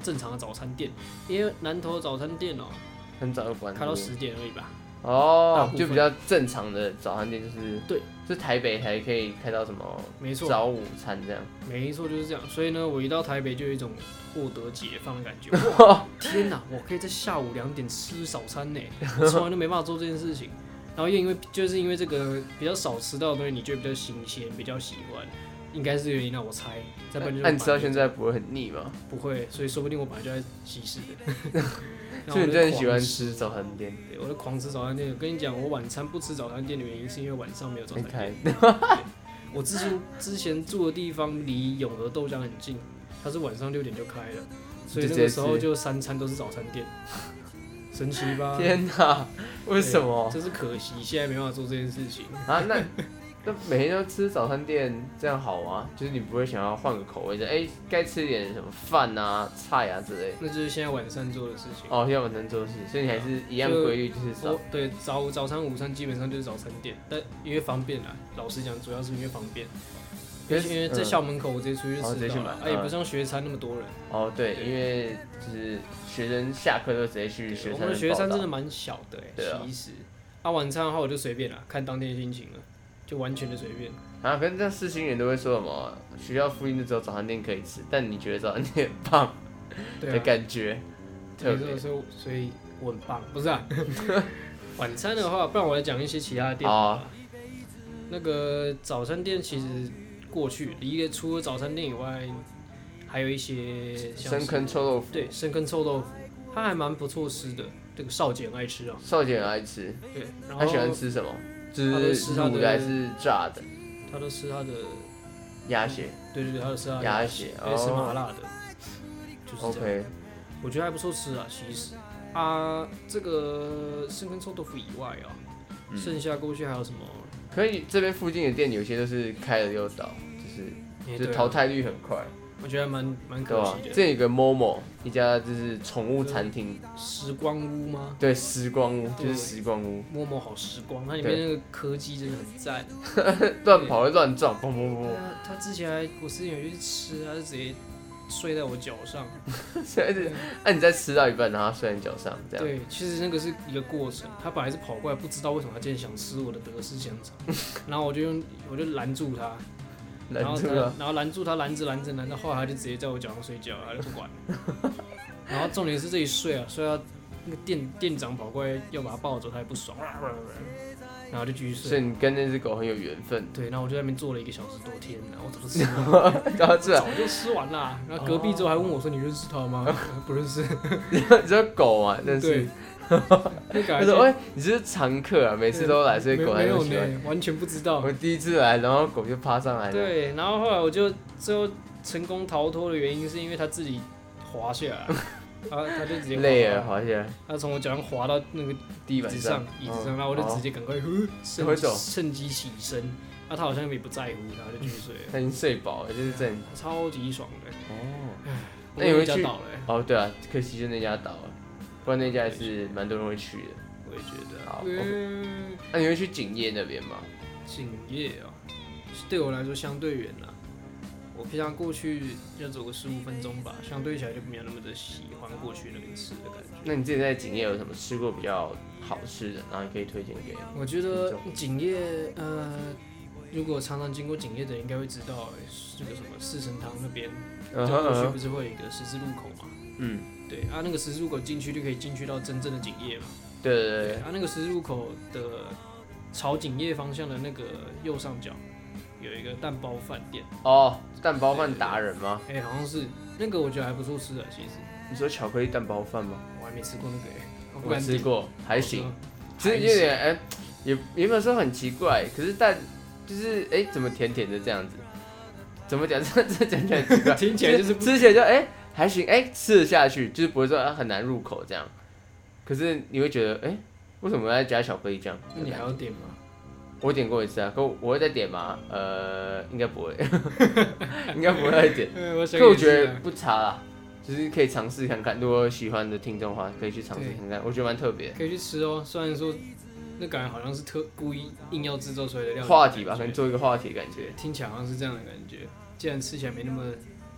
正常的早餐店，因为南投早餐店哦、喔， 很早就关， 开到十点而已吧。 哦，就比较正常的早餐店，就是对， 就台北才可以开到什么， 没错， 早午餐这样， 没错就是这样。所以呢，我一到台北就有一种获得解放的感觉。哇，天哪，我可以在下午两点吃早餐呢，我从来都没办法做这件事情。然后因为就是因为这个比较少吃到的东西，你觉得比较新鲜，比较喜欢，应该是原因让我猜。再不然就是。 那你吃到现在不会很腻吗？ 不会，所以说不定我本来就在西式的。 所以你真的很喜欢吃早餐店？ 对，我在狂吃早餐店。我跟你讲，我晚餐不吃早餐店的原因是因为晚上没有早餐店。我之前之前住的地方离永和豆浆很近，它是晚上六点就开了，所以那个时候就三餐都是早餐店。神奇吧？ 天哪，为什么？ 真是可惜，现在没办法做这件事情啊！那那每天都吃早餐店，这样好吗？就是你不会想要换个口味，就哎，该吃点什么饭啊、菜啊之类。 那就是现在晚上做的事情。 哦，现在晚上做的事，所以你还是一样规律，就是早。 对，早早餐、午餐基本上就是早餐店，但因为方便啦。老实讲，主要是因为方便。因为在校门口我直接出去吃到了，啊也不像学餐那么多人。 哦，对，因为就是学生下课就直接去学餐。 我们学餐真的蛮小的哎， 对啊。 其实，啊晚餐的话我就随便啦，看当天的心情了，就完全的随便。 啊，可是这样世新人都会说什么？学校附近就只有早餐店可以吃，但你觉得早餐店很棒的感觉？ 对，所以所以我很棒，不是啊？晚餐的话，不然我来讲一些其他的店吧。那个早餐店其实。过去离除了早餐店以外，还有一些深坑臭豆腐。 对，深坑臭豆腐，它还蛮不错吃的。这个少姐很爱吃啊。 少姐很爱吃。 对，然后她喜欢吃什么？就是卤的还是炸的？ 她都吃她的鸭血。 对对对，她都吃她的鸭血， 也吃麻辣的。就是这样。 OK。 我觉得还不错吃啊，其实啊，这个深坑臭豆腐以外啊，嗯、剩下过去还有什么？ 可以，这边附近的店有些都是开了又倒，就是、欸、就是淘汰率很快。 我觉得蛮蛮可惜的。 这有个 Momo 一家就是宠物餐厅， 时光屋吗？ 对，时光屋就是时光屋。 Momo 好时光，它里面那个科技真的很赞， 乱跑会乱撞，砰砰砰。 他之前还我之前有去吃，他就直接睡在我脚上。 那、啊、你在吃到一半，然后他睡在你脚上，这样。 对，其实那个是一个过程。他本来是跑过来，不知道为什么他今天想吃我的德式香肠，然后我就用我就拦住他，然后他然后拦住他，拦着拦着拦到后来他就直接在我脚上睡觉，他就不管了。然后重点是这一睡啊，睡到那个店店长跑过来要把他抱走，他也不爽，然后就继续睡。 所以你跟那只狗很有缘分。 对，然后我就在那边坐了一个小时多天，然后我早就吃完， 然后早就吃完了。然后隔壁之后还问我说：“你认识他吗？”不认识。 你知道狗嘛？认识。他说：“哎，你是常客啊，每次都来，所以狗还很喜欢。” 完全不知道。 我第一次来，然后狗就趴上来了。 对，然后后来我就最后成功逃脱的原因是因为它自己滑下来。他他就直接累了滑下来， 他从我脚上滑到那个地板上、 椅子上，然后我就直接赶快趁趁机起身。那他好像也不在乎，然后就继续睡了。 他已经睡饱了，就是这样， 超级爽的。 哦，那你会去？哦，对啊，可惜就那家倒了，不然那家也是蛮多人会去的。 我也觉得。 好，那你会去景业那边吗？ 景业啊，对我来说相对远啦。我平常过去要走个十五分钟吧，相对起来就没有那么的喜欢过去那边吃的感觉。 那你自己在景业有什么吃过比较好吃的，然后你可以推荐给我？ 我觉得景业，呃，如果常常经过景业的人应该会知道，那个什么四神汤那边，走过去不是会有一个十字路口嘛？嗯，对啊，那个十字路口进去就可以进去到真正的景业嘛。 对对 对, 对。 啊，那个十字路口的朝景业方向的那个右上角。有一个蛋包饭店哦，蛋包饭达人吗？ 哎、欸，好像是那个，我觉得还不错吃的。其实你说巧克力蛋包饭吗？ 我还没吃过那个、欸， 我吃过，还行。其实有点哎、欸，也也没有说很奇怪，可是蛋就是哎、欸，怎么甜甜的这样子？怎么讲？这这讲起来很奇怪， 听起来就是吃起来就哎、欸、还行，哎、欸、吃得下去，就是不会说很难入口这样。可是你会觉得哎、欸，为什么要加巧克力酱？ 那你还要点吗？ 我点过一次啊，可我会再点吗？呃，应该不会，应该不会再点。可我觉得不差啦，就是可以尝试看看。如果喜欢的听众的话，可以去尝试看看，我觉得蛮特别。 可以去吃哦，虽然说那感觉好像是特故意硬要制造出来的料理。 话题吧，可能做一个话题的感觉。 听起来好像是这样的感觉，既然吃起来没那么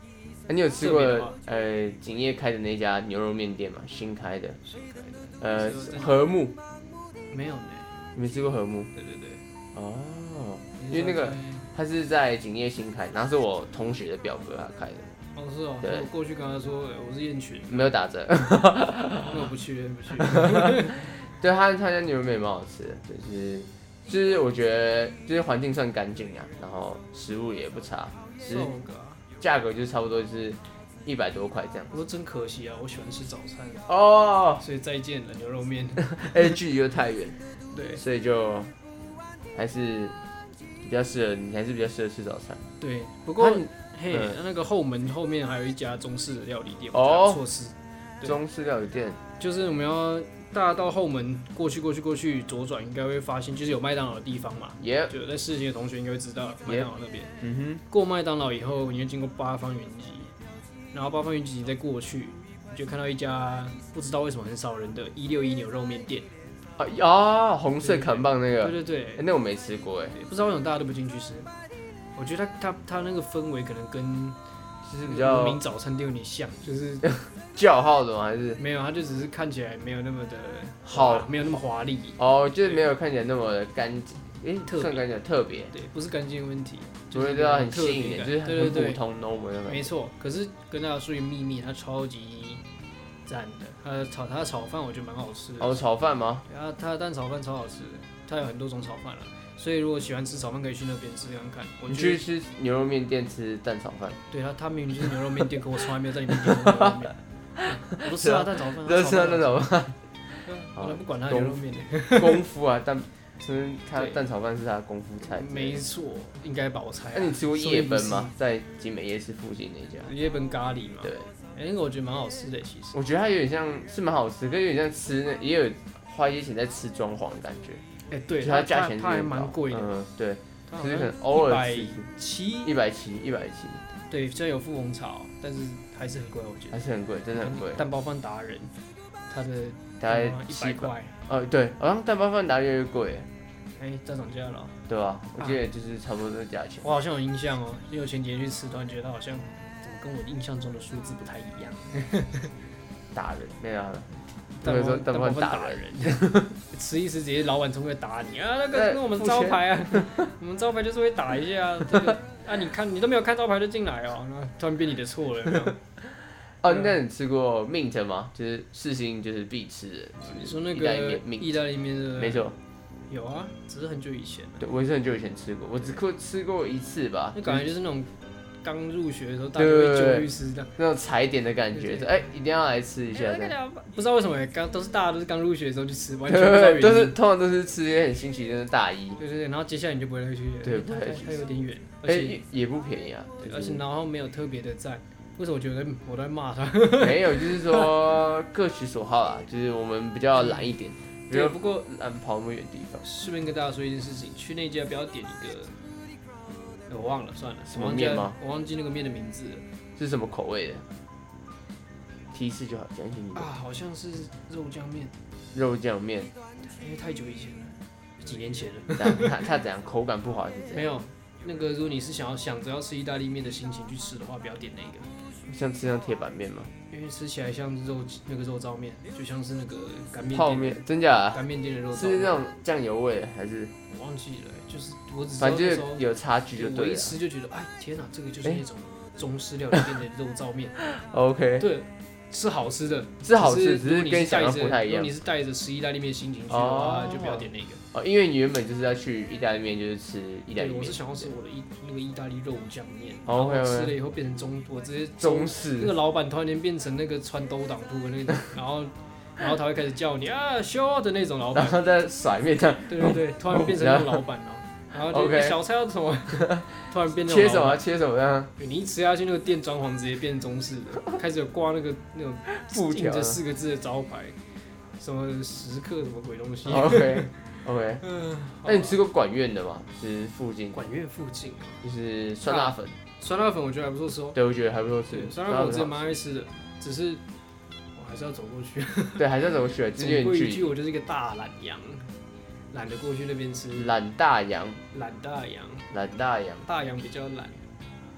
啊、你有吃过特别的话呃景业开的那家牛肉面店吗？新开的， 谁开的？ 呃你说在哪和睦， 没有呢。 你没吃过和睦？ 对对对， 哦， 你是因为那个说在他是在景业新开，然后是我同学的表哥他开的， 哦是哦， 对所以我过去跟他说，哎我是燕群， 没有打折。 那我不去，不去。 对他他家牛肉面蛮好吃的，就是就是我觉得就是环境算干净啊，然后食物也不差，只是瘦个啊， 价格就差不多就是一百多块这样。 不过真可惜啊，我喜欢吃早餐， 哦， 所以再见了牛肉面。 哎，距离又太远， 对所以就还是比较适合你，还是比较适合吃早餐。 对，不过那你嘿嗯， 那个后门后面还有一家中式的料理店， 哦我觉得不错吃。对中式料理店， 就是我们要大家到后门过去过去过去左转，应该会发现就是有麦当劳的地方嘛。 耶， 就在世新的同学应该会知道麦当劳那边。 嗯过麦当劳以后，你会经过八方云集，然后八方云集再过去，你就看到一家不知道为什么很少人的一六一牛肉面店。 哼，啊啊，红色扛棒那个， 对对对哎，那我没吃过哎， 对，不知道为什么大家都不进去吃。我觉得它它它那个氛围可能跟就是比无较名早餐店有点像，就是叫号的吗？还是没有，它就只是看起来没有那么的好没有那么华丽。 哦，就是没有看起来那么的干净，哎， 特别算干净特别， 对，不是干净的问题， 除就是非都要很特别感吸引人，就是很对对对， 普通 normal 那种感觉。 没错。可是跟大家说一个秘密，它超级赞的，它的炒它的炒饭我觉得蛮好吃的。 哦，炒饭吗？ 对啊，它的蛋炒饭超好吃的，它有很多种炒饭了，所以如果喜欢吃炒饭，可以去那边吃看看。我你觉得， 去吃牛肉面店吃蛋炒饭， 对它它明明就是牛肉面店，可我从来没有在里面点过牛肉面。我都吃啊蛋炒饭， 都吃到那种对啊，我才不管它牛肉面呢。 功夫啊，蛋，吃它对蛋炒饭是它的功夫菜。 没错，应该吧，我猜啊。 那你吃过夜奔吗说？ 在集美夜市附近那家？ 不是？夜奔咖喱嘛。 对， 哎，那个我觉得蛮好吃的，其实。 我觉得它有点像是蛮好吃，可是有点像吃那也有花一些钱在吃装潢的感觉。 哎，对， 就它价钱它还有点高蛮贵的， 嗯，对， 它好就是可像能偶尔一百吃七， 一百七，一百七， 对，虽然有富红茶，但是还是很贵，我觉得。 还是很贵，真的很贵。 蛋包饭达人，它的大概一百七百。 块， 哦，对，好像蛋包饭打越来越贵， 哎，再涨价了哦。 对吧？我记得就是差不多这个价钱。 我好像有印象哦，因为我前几天去吃，突然觉得好像怎么跟我印象中的数字不太一样。 打人没有啊？ 蛋包有时候蛋包饭饭打打人， 人，吃一吃直接老板冲过来打你啊！那个对跟我们招牌啊，我们招牌就是会打一下，这个啊，你看你都没有看招牌就进来哦，然后突然变你的错了，有没有？ 哦，那你吃过 mint 吗？就是世新就是必吃的。 你说那意大利个面 mint 意大利面是不是？ 没错， 有啊，只是很久以前了。 对，我也是很久以前吃过，我只过吃过一次吧。 那感觉就是那种刚入学的时候，大家对对会对揪律师这样。 那种踩点的感觉， 对对说哎、一定要来吃一下哎这样。 不知道为什么刚都是大家都是刚入学的时候去吃，完全不知道对， 原因。 都是通常都是吃一些很新奇的大一， 对对对，然后接下来你就不会再去了， 对因为它不会去它有点远，而哎、 且也也不便宜啊。 对而且就是然后没有特别的赞。为什么我觉得我在骂他？ 没有，就是说各取所好啦，就是我们比较懒一点，比对， 较不过懒跑那么远地方。 顺便跟大家说一件事情，去那家不要点一个，呃我忘了，算了， 什么我忘记面吗？ 我忘记那个面的名字了是什么口味的？提示就好，讲清楚。 啊，好像是肉酱面， 肉酱面， 因为太久以前了，几年前了。 这样它它怎样？口感不好还是怎样？ 没有，那个如果你是想要想着要吃意大利面的心情去吃的话，不要点那个。 像吃像铁板面吗？ 因为吃起来像肉那个肉燥面，就像是那个干面店泡面，真假啊？ 干面店的肉燥面。 是那种酱油味的还是？ 我忘记了，就是我只知道反正就是那时候有差距就我一对了。 吃就觉得，哎，天哪，这个就是那种中式料理店的肉燥面。 OK， 对，是好吃的， 是好吃，只只如果你是跟你想带着象不太一样如果你。是带着吃意大利面心情去的话， 哦就不要点那个。 哦，因为你原本就是要去意大利面，就是吃意大对， 利面。 我是想要吃我的意那个意大利肉酱面，然哦后 OK，OK 吃了以后变成中，我直接中那个式。 老板突然间变成那个穿兜裆裤的那种，然后然后他会开始叫你啊修的那种老板， 然后再甩面这样， 对对对，突然变成那种老板了，然后就 OK 欸小菜要什么，突然变那种切什么啊老板切什么这样， 对你一吃下去，那个店装潢直接变中式的，开始有挂那个那种印布条着四个字的招牌，什么食客什么鬼东西。 OK OK。 嗯， 那你吃过管院的吗？就是附近， 管院附近啊就是酸辣粉。 酸辣粉，我觉得还不错吃哦。 对，我觉得还不错吃对，。酸辣粉我之前好蛮爱吃的，只是我还是要走过去。 对，还是要怎么选？就是有总归点距一句，我就是一个大懒羊，懒得过去那边吃离。。懒大洋， 懒大羊， 懒大洋。 大羊比较懒。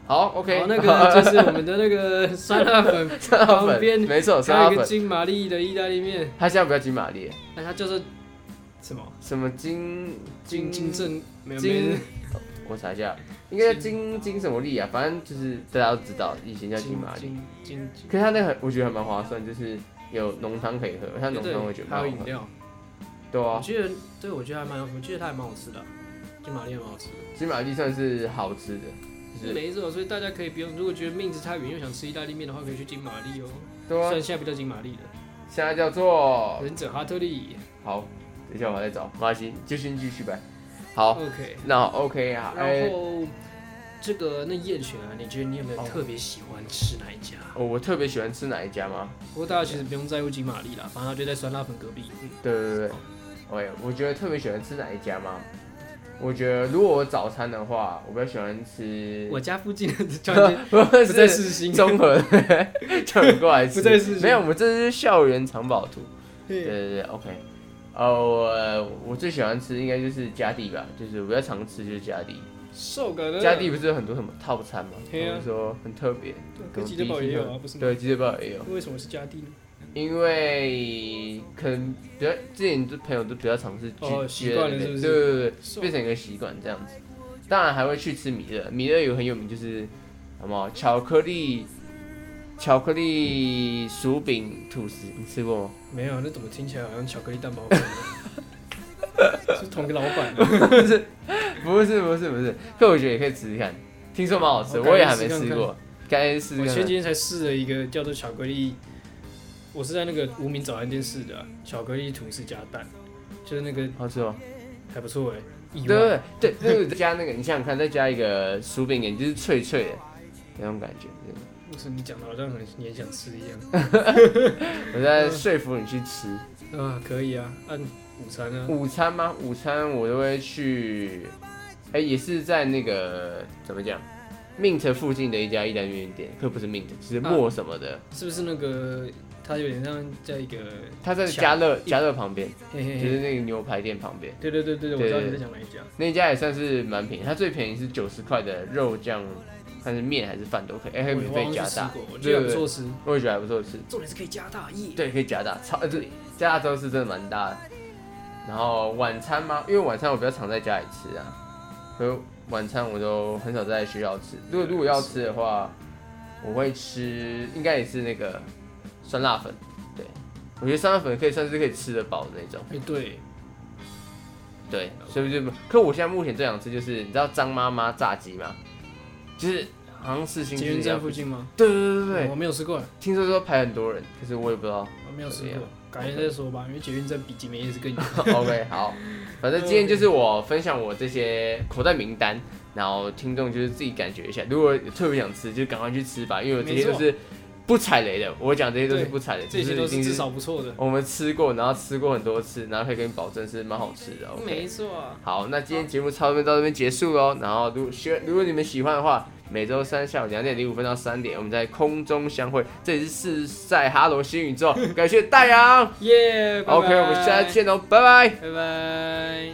好 ，OK， 好，那个就是我们的那个酸辣粉旁边， 没错，酸还有一个辣粉。 金玛丽的意大利面， 它现在不叫金玛丽， 那它叫做什么？ 什么金金金正没有金没我查一下，应该叫金金什么丽啊？反正就是大家都知道，以前叫金玛丽。 金金金， 可是它那个很我觉得还蛮划算，就是有浓汤可以喝，它浓汤我觉得蛮好喝。 还有饮料。 对啊， 我觉得，对我觉得还蛮，我觉得它还蛮好吃的啊，金玛丽还蛮好吃的。 金玛丽算是好吃的，就是没错，所以大家可以不用，如果觉得命子太远又想吃意大利面的话，可以去金玛丽哦。 对啊虽，然现在不叫金玛丽了， 现在叫做忍者哈特利。 好，等一下我再找，没关系，就先继续呗。好， OK， 那 OK 啊，哎、 然后这个那燕璇啊，你觉得你有没有特别喜欢吃哪一家？ 哦，我特别喜欢吃哪一家吗？ 不过大家其实不用在乎金玛丽啦，反正它就在酸辣粉隔壁。嗯， 对对对，对，我觉得特别喜欢吃哪一家吗？我觉得如果我早餐的话，我比较喜欢吃我家附近的专店不不在是世新， 综合的，叫你过来吃。 不在世新没有，我们这是校园藏宝图。对对对对 ，OK。呃，我我最喜欢吃应该就是嘉地吧，就是我比较常吃就是嘉地。 受感的嘉地不是有很多什么套餐吗？ 对啊或者说很特别。 跟吉德堡也有啊，不是吗？ 对，吉德堡也有。 为什么是嘉地呢？ 因为可能比较之前的朋友都比较常吃哦去习惯了是不是对对对是哦对，变成一个习惯这样子。当然还会去吃米勒，米勒有很有名就是什么巧克力巧克力薯饼吐司，你吃过吗？ 没有，那怎么听起来好像巧克力蛋堡粉呢？是同一个老板啊。 不是不是不是不是，可我觉得也可以吃吃看，听说蛮好吃， 我我也还没试看看吃过，该试试看看。 我前几天才试了一个叫做巧克力，我是在那个无名早餐店试的、啊，巧克力吐司加蛋，就是那个好吃吗？ 还不错哎、意外。 对对对对，对加那个，你想想看，再加一个薯饼点，就是脆脆的那种感觉。 为什么你讲的好像很你很想吃一样？ 我在说服你去吃。 啊，可以啊，按午餐呢、啊？ 午餐吗？午餐我都会去，哎、欸，也是在那个怎么讲，Mint 附近的一家意大利面店，可不是 Mint，就是墨什么的， 是不是那个？它有点像在一个， 它在家乐家乐旁边， 嘿嘿嘿就是那个牛排店旁边。 对对对对，我知道你在讲哪一家。 那一家也算是蛮便宜，它最便宜是九十块的肉酱，看是面还是饭都可以，哎、欸，可以免费加大。 我觉得还不错吃， 我也觉得还不错吃。 重点是可以加大耶。 对，可以加大，超呃对，加大之后是真的蛮大的。然后晚餐吗？因为晚餐我比较常在家里吃啊，所以晚餐我都很少在学校吃。如果如果要吃的话，我会吃，应该也是那个酸辣粉。对，我觉得酸辣粉可以算是可以吃得饱的那种。 哎、欸，对， 对，所以就，可我现在目前最想吃就是，你知道张妈妈炸鸡吗？就是好像世新捷运站附近吗？ 对对对对， 我没有吃过， 听说说排很多人，可是我也不知道。 我没有吃过，改天再说吧，因为捷运站比景美夜市更远。 OK， 好，反正今天就是我分享我这些口袋名单，然后听众就是自己感觉一下，如果有特别想吃，就赶快去吃吧，因为我这些都是不踩雷的，我讲这些都是不踩雷， 这些都是至少不错的。 我们吃过，然后吃过很多次，然后可以跟你保证是蛮好吃的。OK， 没错、啊。 好，那今天节目差不多到这边结束喽。然后如果喜如果你们喜欢的话，每周三下午两点零五分到三点，我们在空中相会。这里是四赛哈罗新宇宙，感谢大洋， 耶、yeah, ，OK， 我们下次见喽，拜拜， 拜拜。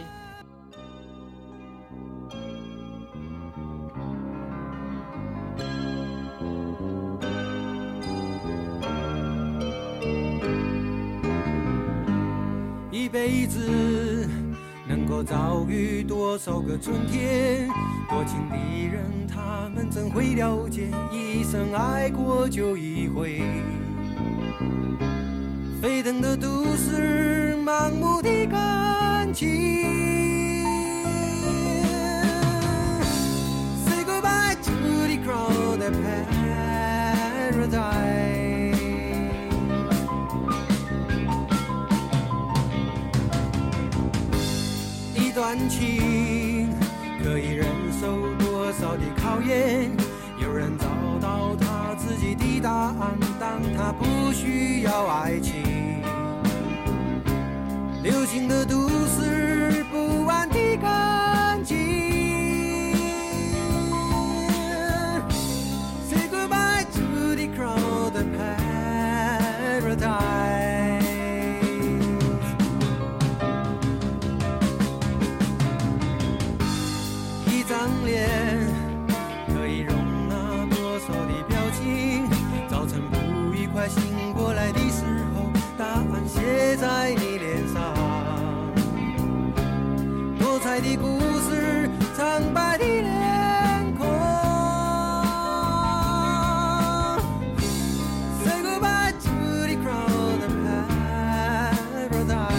一辈子能够遭遇多少个春天？多情的人，他们怎会了解？一生爱过就一回。沸腾的都市，盲目的感情。Say goodbye to the crowded paradise。一段情可以忍受多少的考验？有人找到他自己的答案，当他不需要爱情。流行的都市，不安的感情。Say goodbye to the crowded paradise。一张脸可以容纳快醒过来的时候，答案写在你脸上。多彩的故事，苍白的脸孔。Say goodbye to the crowd and paradise。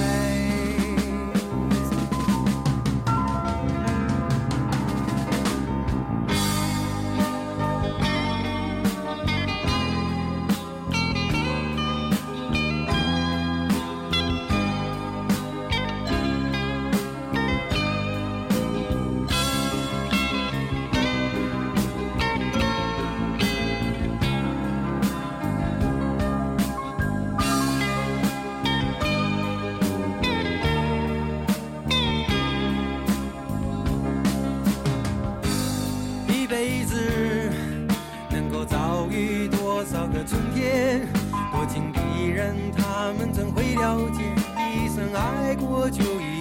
一辈子能够遭遇多少个春天？多情的人，他们怎会了解？一生爱过就一